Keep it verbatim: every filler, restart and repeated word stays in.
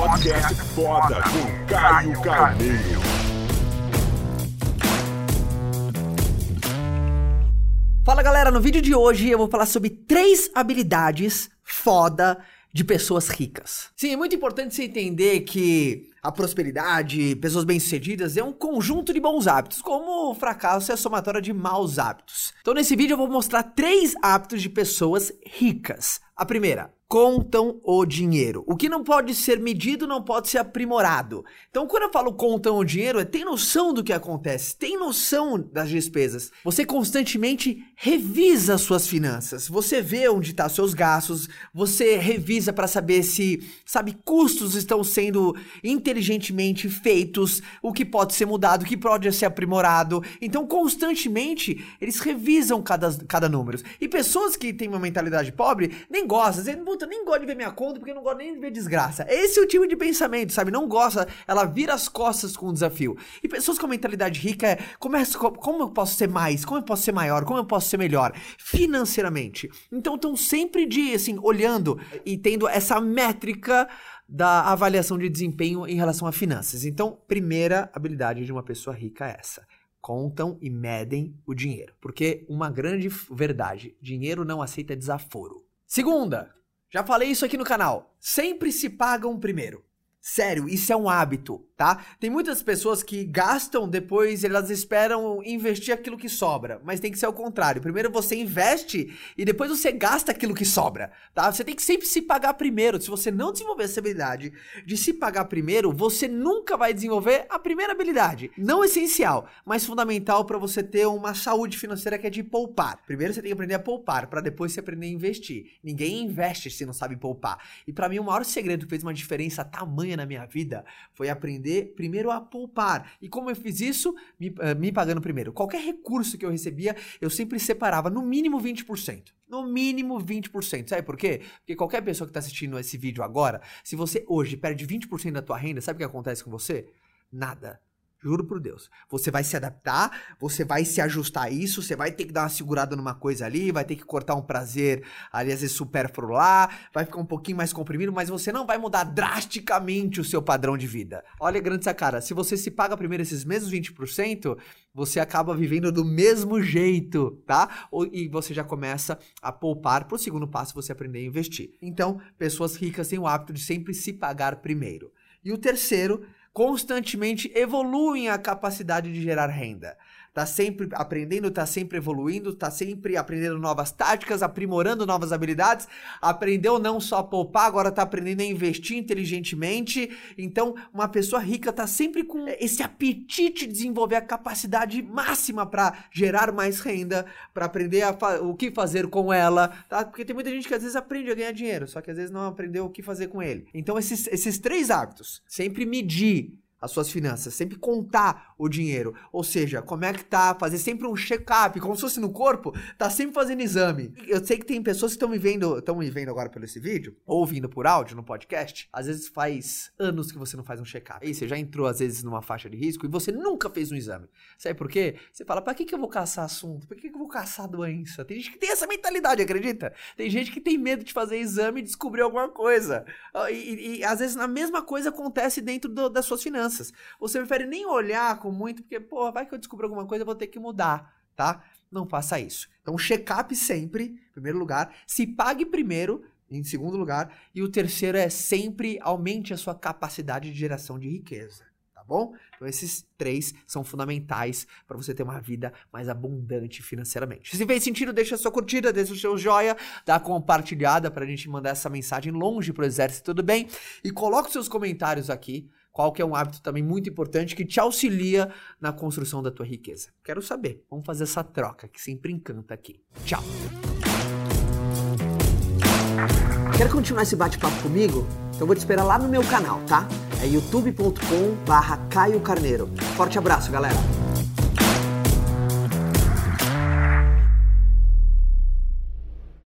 Podcast Foda com Caio Carneiro. Fala galera, no vídeo de hoje eu vou falar sobre três habilidades foda de pessoas ricas. Sim, é muito importante você entender que a prosperidade, pessoas bem-sucedidas é um conjunto de bons hábitos, como o fracasso é a somatória de maus hábitos. Então nesse vídeo eu vou mostrar três hábitos de pessoas ricas. A primeira, contam o dinheiro. O que não pode ser medido não pode ser aprimorado. Então quando eu falo contam o dinheiro, é tem noção do que acontece, tem noção das despesas. Você constantemente revisa suas finanças, você vê onde estão seus gastos, você revisa para saber se, sabe, custos estão sendo inteligentemente feitos, o que pode ser mudado, o que pode ser aprimorado. Então constantemente eles revisam cada, cada número. E pessoas que têm uma mentalidade pobre nem gostam, dizendo, puta, eu nem gosto de ver minha conta porque eu não gosto nem de ver desgraça. Esse é o tipo de pensamento, sabe? Não gosta, ela vira as costas com o desafio. E pessoas com mentalidade rica é, como, é, como eu posso ser mais? Como eu posso ser maior? Como eu posso ser melhor? Financeiramente. Então estão sempre de, assim, olhando e tendo essa métrica da avaliação de desempenho em relação a finanças. Então, primeira habilidade de uma pessoa rica é essa. Contam e medem o dinheiro. Porque uma grande verdade, dinheiro não aceita desaforo. Segunda, já falei isso aqui no canal, sempre se pagam primeiro. Sério, isso é um hábito, tá? Tem muitas pessoas que gastam, depois elas esperam investir aquilo que sobra, mas tem que ser o contrário. Primeiro você investe e depois você gasta aquilo que sobra, tá? Você tem que sempre se pagar primeiro. Se você não desenvolver essa habilidade de se pagar primeiro, você nunca vai desenvolver a primeira habilidade. Não essencial, mas fundamental para você ter uma saúde financeira, que é de poupar. Primeiro você tem que aprender a poupar, para depois você aprender a investir. Ninguém investe se não sabe poupar. E para mim o maior segredo que fez uma diferença tamanha na minha vida foi aprender primeiro a poupar. E como eu fiz isso? Me, uh, me pagando primeiro. Qualquer recurso que eu recebia, eu sempre separava no mínimo vinte por cento. No mínimo vinte por cento. Sabe por quê? Porque qualquer pessoa que está assistindo esse vídeo agora, se você hoje perde vinte por cento da tua renda, sabe o que acontece com você? Nada. Juro por Deus. Você vai se adaptar, você vai se ajustar a isso, você vai ter que dar uma segurada numa coisa ali, vai ter que cortar um prazer ali, às vezes supérfluo lá, vai ficar um pouquinho mais comprimido, mas você não vai mudar drasticamente o seu padrão de vida. Olha a grande sacada, se você se paga primeiro esses mesmos vinte por cento, você acaba vivendo do mesmo jeito, tá? E você já começa a poupar pro segundo passo, você aprender a investir. Então, pessoas ricas têm o hábito de sempre se pagar primeiro. E o terceiro, constantemente evoluem a capacidade de gerar renda. Tá sempre aprendendo, tá sempre evoluindo, tá sempre aprendendo novas táticas, aprimorando novas habilidades. Aprendeu não só a poupar, agora tá aprendendo a investir inteligentemente. Então, uma pessoa rica tá sempre com esse apetite de desenvolver a capacidade máxima para gerar mais renda, para aprender a o que fazer com ela, tá? Porque tem muita gente que às vezes aprende a ganhar dinheiro, só que às vezes não aprendeu o que fazer com ele. Então, esses, esses três hábitos, sempre medir as suas finanças, sempre contar o dinheiro, ou seja, como é que tá, fazer sempre um check-up, como se fosse no corpo, tá sempre fazendo exame. Eu sei que tem pessoas que estão me vendo, estão me vendo agora pelo esse vídeo, ou ouvindo por áudio no podcast, às vezes faz anos que você não faz um check-up. Aí você já entrou às vezes numa faixa de risco e você nunca fez um exame. Sabe por quê? Você fala, pra que que eu vou caçar assunto? Pra que que eu vou caçar doença? Tem gente que tem essa mentalidade, acredita? Tem gente que tem medo de fazer exame e descobrir alguma coisa. E, e, e às vezes a mesma coisa acontece dentro do, das suas finanças. Você prefere nem olhar com muito, porque, pô, vai que eu descubro alguma coisa, eu vou ter que mudar, tá? Não faça isso. Então, check-up sempre, em primeiro lugar. Se pague primeiro, em segundo lugar. E o terceiro é sempre aumente a sua capacidade de geração de riqueza, tá bom? Então, esses três são fundamentais para você ter uma vida mais abundante financeiramente. Se fez sentido, deixa a sua curtida, deixa o seu joia, dá a compartilhada para a gente mandar essa mensagem longe pro exército, tudo bem? E coloca os seus comentários aqui. Qual que é um hábito também muito importante que te auxilia na construção da tua riqueza? Quero saber. Vamos fazer essa troca que sempre encanta aqui. Tchau! Quer continuar esse bate-papo comigo? Então vou te esperar lá no meu canal, tá? É youtube ponto com barra Caio Carneiro. Forte abraço, galera!